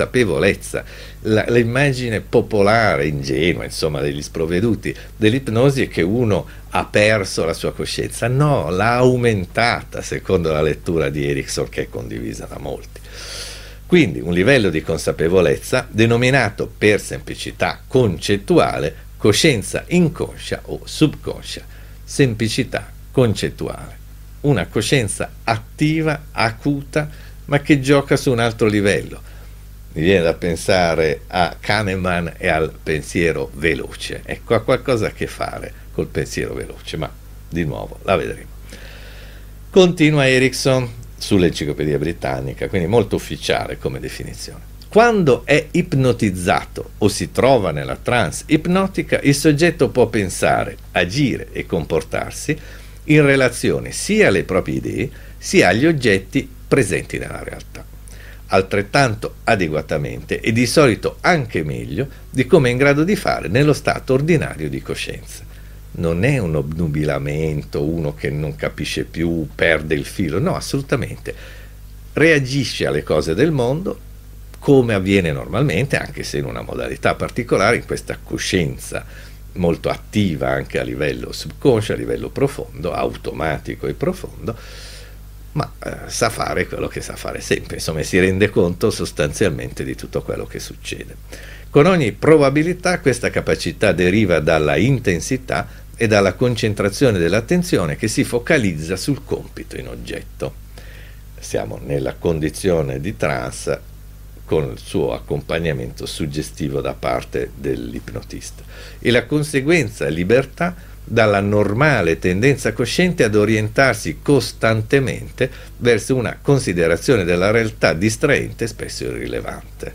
l'immagine popolare, ingenua, insomma, degli sprovveduti dell'ipnosi è che uno ha perso la sua coscienza. No, l'ha aumentata, secondo la lettura di Erickson, che è condivisa da molti. Quindi un livello di consapevolezza denominato per semplicità concettuale coscienza inconscia o subconscia, semplicità concettuale, una coscienza attiva, acuta, ma che gioca su un altro livello. Mi viene da pensare a Kahneman e al pensiero veloce. Ecco, ha qualcosa a che fare col pensiero veloce, ma di nuovo la vedremo. Continua Erickson sull'Enciclopedia Britannica, quindi molto ufficiale come definizione. Quando è ipnotizzato o si trova nella trance ipnotica, il soggetto può pensare, agire e comportarsi in relazione sia alle proprie idee sia agli oggetti presenti nella realtà, altrettanto adeguatamente e di solito anche meglio di come è in grado di fare nello stato ordinario di coscienza. Non è un obnubilamento, uno che non capisce più, perde il filo, no, assolutamente. Reagisce alle cose del mondo come avviene normalmente, anche se in una modalità particolare, in questa coscienza molto attiva anche a livello subconscio, a livello profondo, automatico e profondo, ma sa fare quello che sa fare sempre, insomma, si rende conto sostanzialmente di tutto quello che succede. Con ogni probabilità questa capacità deriva dalla intensità e dalla concentrazione dell'attenzione che si focalizza sul compito in oggetto. Siamo nella condizione di trance con il suo accompagnamento suggestivo da parte dell'ipnotista e la conseguenza libertà dalla normale tendenza cosciente ad orientarsi costantemente verso una considerazione della realtà distraente, spesso irrilevante.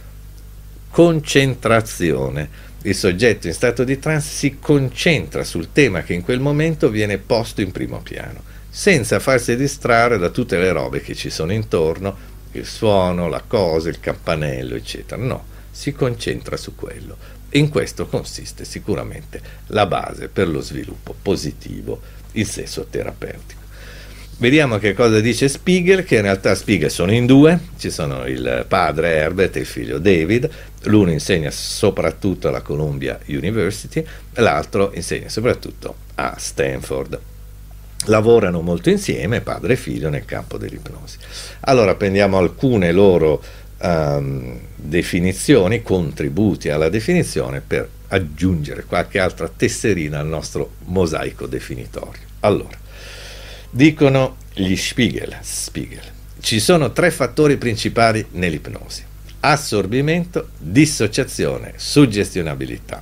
Concentrazione. Il soggetto in stato di trance si concentra sul tema che in quel momento viene posto in primo piano, senza farsi distrarre da tutte le robe che ci sono intorno, il suono, la cosa, il campanello, eccetera. No, si concentra su quello. E in questo consiste sicuramente la base per lo sviluppo positivo, il senso terapeutico. Vediamo che cosa dice Spiegel, che in realtà Spiegel sono in due, ci sono il padre Herbert e il figlio David, l'uno insegna soprattutto alla Columbia University, l'altro insegna soprattutto a Stanford. Lavorano molto insieme, padre e figlio, nel campo dell'ipnosi. Allora prendiamo alcune loro definizioni, contributi alla definizione, per aggiungere qualche altra tesserina al nostro mosaico definitorio. Allora, dicono gli Spiegel, ci sono 3 fattori principali nell'ipnosi: assorbimento, dissociazione, suggestionabilità.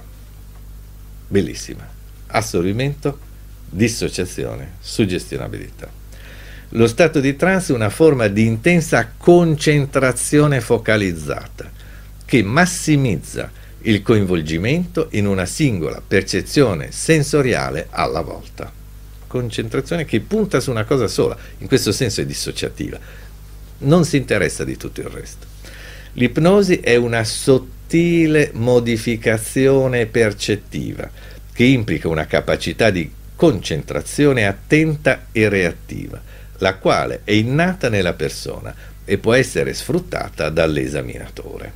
Bellissima. Assorbimento, dissociazione, suggestionabilità. Lo stato di trance è una forma di intensa concentrazione focalizzata che massimizza il coinvolgimento in una singola percezione sensoriale alla volta. Concentrazione che punta su una cosa sola, in questo senso è dissociativa, non si interessa di tutto il resto. L'ipnosi è una sottile modificazione percettiva che implica una capacità di concentrazione attenta e reattiva, la quale è innata nella persona e può essere sfruttata dall'esaminatore.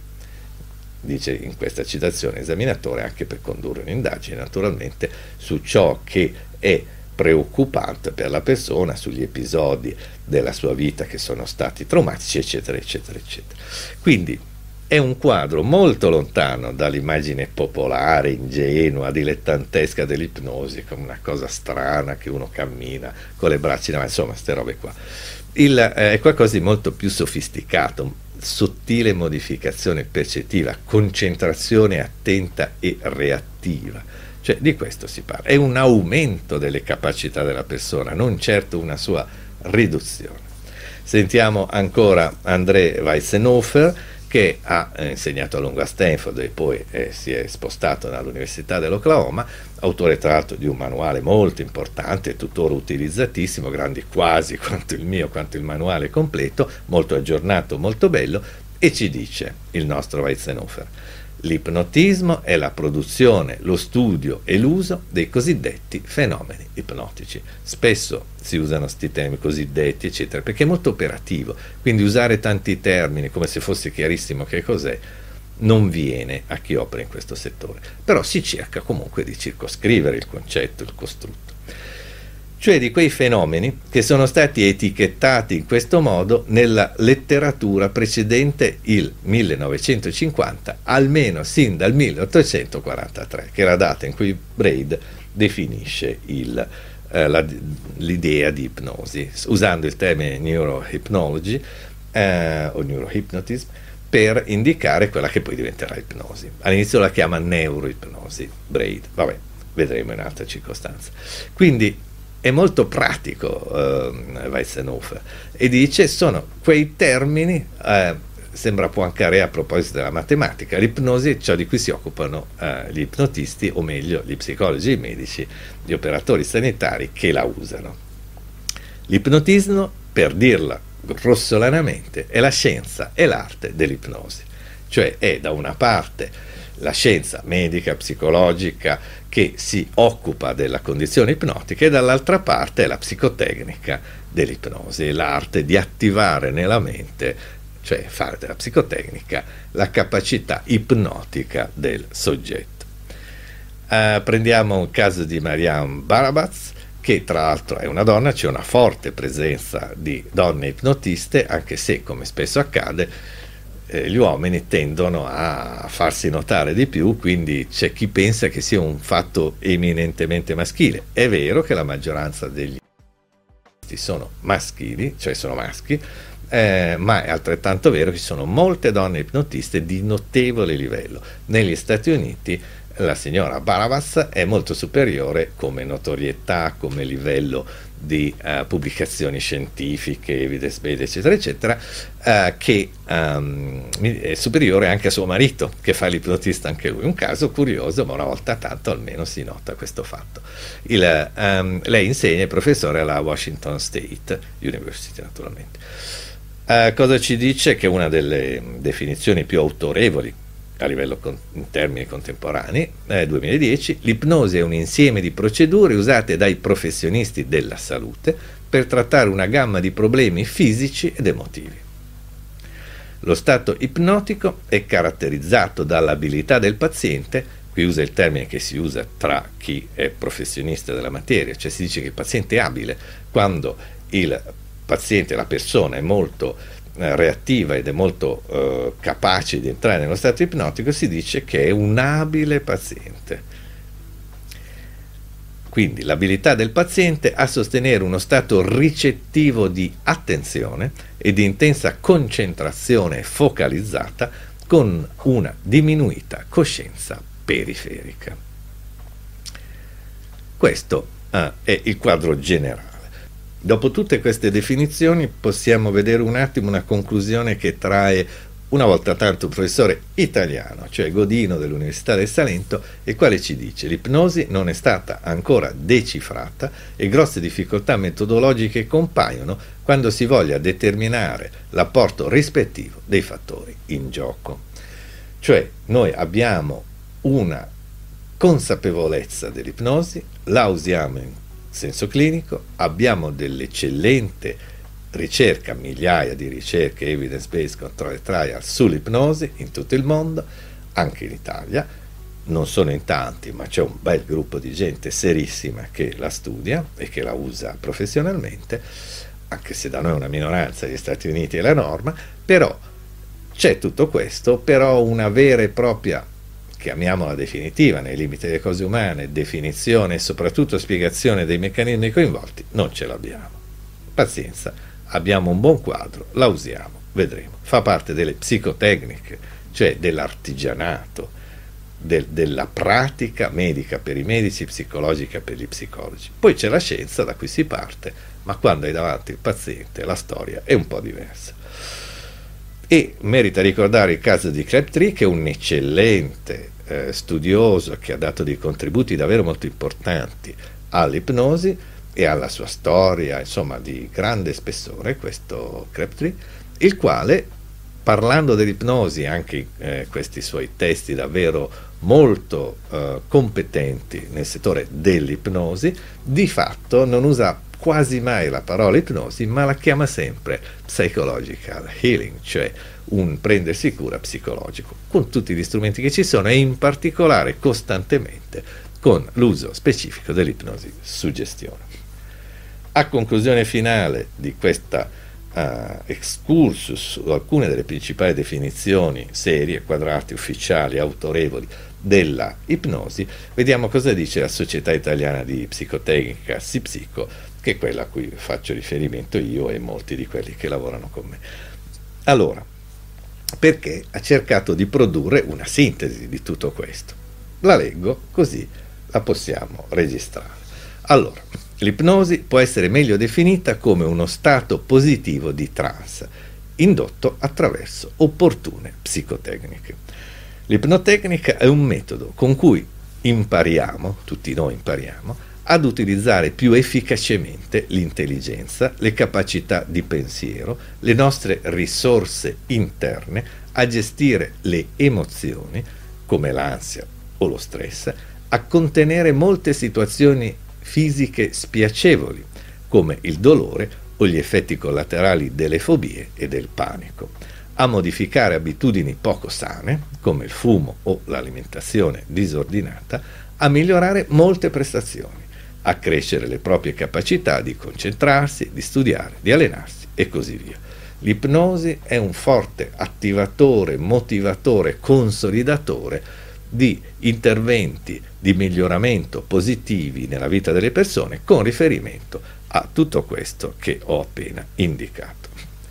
Dice in questa citazione esaminatore anche per condurre un'indagine, naturalmente, su ciò che è preoccupante per la persona, sugli episodi della sua vita che sono stati traumatici, eccetera, eccetera, eccetera. Quindi è un quadro molto lontano dall'immagine popolare, ingenua, dilettantesca dell'ipnosi, come una cosa strana che uno cammina con le braccia in avanti, insomma, queste robe qua. È qualcosa di molto più sofisticato, sottile modificazione percettiva, concentrazione attenta e reattiva. Cioè, di questo si parla. È un aumento delle capacità della persona, non certo una sua riduzione. Sentiamo ancora André Weissenhofer, che ha insegnato a lungo a Stanford e poi si è spostato all'Università dell'Oklahoma, autore tra l'altro di un manuale molto importante, tuttora utilizzatissimo, grandi quasi quanto il mio, quanto il manuale completo, molto aggiornato, molto bello, e ci dice il nostro Weissenhofer: l'ipnotismo è la produzione, lo studio e l'uso dei cosiddetti fenomeni ipnotici. Spesso si usano questi termini cosiddetti, eccetera, perché è molto operativo, quindi usare tanti termini come se fosse chiarissimo che cos'è non viene a chi opera in questo settore, però si cerca comunque di circoscrivere il concetto, il costrutto. Cioè di quei fenomeni che sono stati etichettati in questo modo nella letteratura precedente il 1950, almeno sin dal 1843, che è la data in cui Braid definisce l'idea di ipnosi, usando il termine neurohypnology o neurohypnotism per indicare quella che poi diventerà ipnosi. All'inizio la chiama neuroipnosi, Braid, vabbè, vedremo in altre circostanze. Quindi è molto pratico Weissenhofer, e dice sono quei termini, sembra Poincaré a proposito della matematica, l'ipnosi è ciò di cui si occupano gli ipnotisti, o meglio gli psicologi, i medici, gli operatori sanitari che la usano. L'ipnotismo, per dirla grossolanamente, è la scienza e l'arte dell'ipnosi, cioè è da una parte la scienza medica, psicologica, che si occupa della condizione ipnotica, e dall'altra parte è la psicotecnica dell'ipnosi, l'arte di attivare nella mente, cioè fare della psicotecnica, la capacità ipnotica del soggetto. Prendiamo un caso di Marianne Barabas, che tra l'altro è una donna. C'è una forte presenza di donne ipnotiste, anche se, come spesso accade, gli uomini tendono a farsi notare di più, quindi c'è chi pensa che sia un fatto eminentemente maschile. È vero che la maggioranza degli ipnotisti sono maschili, cioè sono maschi, ma è altrettanto vero che ci sono molte donne ipnotiste di notevole livello. Negli Stati Uniti la signora Baravas è molto superiore come notorietà, come livello di pubblicazioni scientifiche, evidence-based, eccetera, eccetera, che è superiore anche a suo marito, che fa l'ipnotista anche lui. Un caso curioso, ma una volta tanto almeno si nota questo fatto. Lei insegna, è professore alla Washington State University, naturalmente. Cosa ci dice? Che una delle definizioni più autorevoli a livello in termini contemporanei, 2010, l'ipnosi è un insieme di procedure usate dai professionisti della salute per trattare una gamma di problemi fisici ed emotivi. Lo stato ipnotico è caratterizzato dall'abilità del paziente, qui usa il termine che si usa tra chi è professionista della materia, cioè si dice che il paziente è abile quando il paziente, la persona, è molto reattiva ed è molto capace di entrare nello stato ipnotico, si dice che è un abile paziente. Quindi l'abilità del paziente a sostenere uno stato ricettivo di attenzione e di intensa concentrazione focalizzata con una diminuita coscienza periferica. Questo è il quadro generale. Dopo tutte queste definizioni possiamo vedere un attimo una conclusione che trae una volta tanto un professore italiano, cioè Godino dell'Università del Salento, il quale ci dice: l'ipnosi non è stata ancora decifrata e grosse difficoltà metodologiche compaiono quando si voglia determinare l'apporto rispettivo dei fattori in gioco. Cioè noi abbiamo una consapevolezza dell'ipnosi, la usiamo in senso clinico, abbiamo dell'eccellente ricerca, migliaia di ricerche evidence-based control trial sull'ipnosi in tutto il mondo, anche in Italia. Non sono in tanti, ma c'è un bel gruppo di gente serissima che la studia e che la usa professionalmente, anche se da noi è una minoranza, gli Stati Uniti è la norma. Però c'è tutto questo, però una vera e propria, chiamiamola definitiva, nei limiti delle cose umane, definizione e soprattutto spiegazione dei meccanismi coinvolti, non ce l'abbiamo. Pazienza, abbiamo un buon quadro, la usiamo, vedremo. Fa parte delle psicotecniche, cioè dell'artigianato, della pratica medica per i medici, psicologica per gli psicologi. Poi c'è la scienza da cui si parte, ma quando hai davanti il paziente la storia è un po' diversa. E merita ricordare il caso di Crabtree, che è un eccellente studioso che ha dato dei contributi davvero molto importanti all'ipnosi e alla sua storia, insomma, di grande spessore, questo Crabtree, il quale, parlando dell'ipnosi, anche questi suoi testi davvero molto competenti nel settore dell'ipnosi, di fatto non usa quasi mai la parola ipnosi, ma la chiama sempre psychological healing, cioè un prendersi cura psicologico, con tutti gli strumenti che ci sono e in particolare costantemente con l'uso specifico dell'ipnosi suggestione. A conclusione finale di questa excursus su alcune delle principali definizioni serie, quadrate, ufficiali, autorevoli della ipnosi, vediamo cosa dice la Società Italiana di Psicotecnica SIPSICO, che è quella a cui faccio riferimento io e molti di quelli che lavorano con me. Allora, perché ha cercato di produrre una sintesi di tutto questo. La leggo così la possiamo registrare. Allora, l'ipnosi può essere meglio definita come uno stato positivo di trance, indotto attraverso opportune psicotecniche. L'ipnotecnica è un metodo con cui impariamo, tutti noi impariamo, ad utilizzare più efficacemente l'intelligenza, le capacità di pensiero, le nostre risorse interne, a gestire le emozioni, come l'ansia o lo stress, a contenere molte situazioni fisiche spiacevoli, come il dolore o gli effetti collaterali delle fobie e del panico, a modificare abitudini poco sane, come il fumo o l'alimentazione disordinata, a migliorare molte prestazioni, accrescere le proprie capacità di concentrarsi, di studiare, di allenarsi e così via. L'ipnosi è un forte attivatore, motivatore, consolidatore di interventi di miglioramento positivi nella vita delle persone con riferimento a tutto questo che ho appena indicato.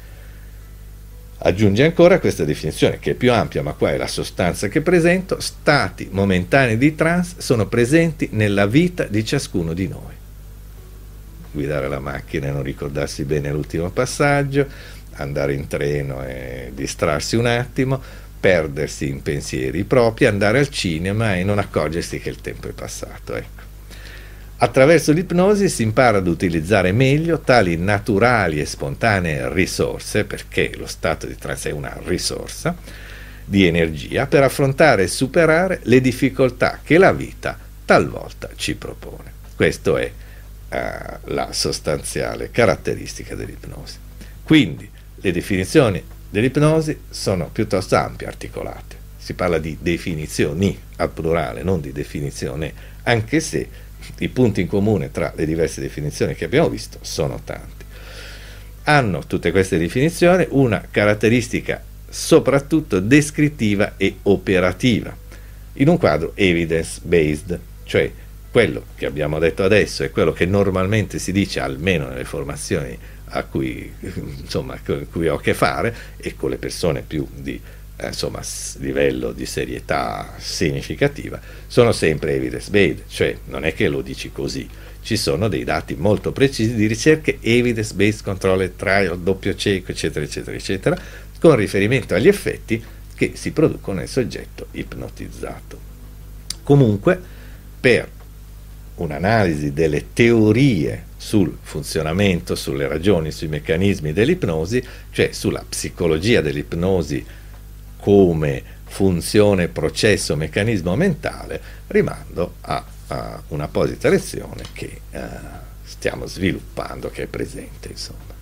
Aggiunge ancora questa definizione che è più ampia, ma qua è la sostanza che presento: stati momentanei di trance sono presenti nella vita di ciascuno di noi. Guidare la macchina e non ricordarsi bene l'ultimo passaggio, andare in treno e distrarsi un attimo, perdersi in pensieri propri, andare al cinema e non accorgersi che il tempo è passato, ecco. Attraverso l'ipnosi si impara ad utilizzare meglio tali naturali e spontanee risorse, perché lo stato di trance è una risorsa di energia, per affrontare e superare le difficoltà che la vita talvolta ci propone. Questa è la sostanziale caratteristica dell'ipnosi. Quindi le definizioni dell'ipnosi sono piuttosto ampie, articolate. Si parla di definizioni al plurale, non di definizione, anche se i punti in comune tra le diverse definizioni che abbiamo visto sono tanti. Hanno tutte queste definizioni una caratteristica soprattutto descrittiva e operativa, in un quadro evidence-based, cioè quello che abbiamo detto adesso è quello che normalmente si dice, almeno nelle formazioni a cui, con cui ho a che fare e con le persone più di livello di serietà significativa, sono sempre evidence based, cioè non è che lo dici così, ci sono dei dati molto precisi di ricerche, evidence based control trial, doppio cieco, eccetera eccetera eccetera, con riferimento agli effetti che si producono nel soggetto ipnotizzato. Comunque, per un'analisi delle teorie sul funzionamento, sulle ragioni, sui meccanismi dell'ipnosi, cioè sulla psicologia dell'ipnosi come funzione, processo, meccanismo mentale, rimando a un'apposita lezione che stiamo sviluppando, che è presente, insomma.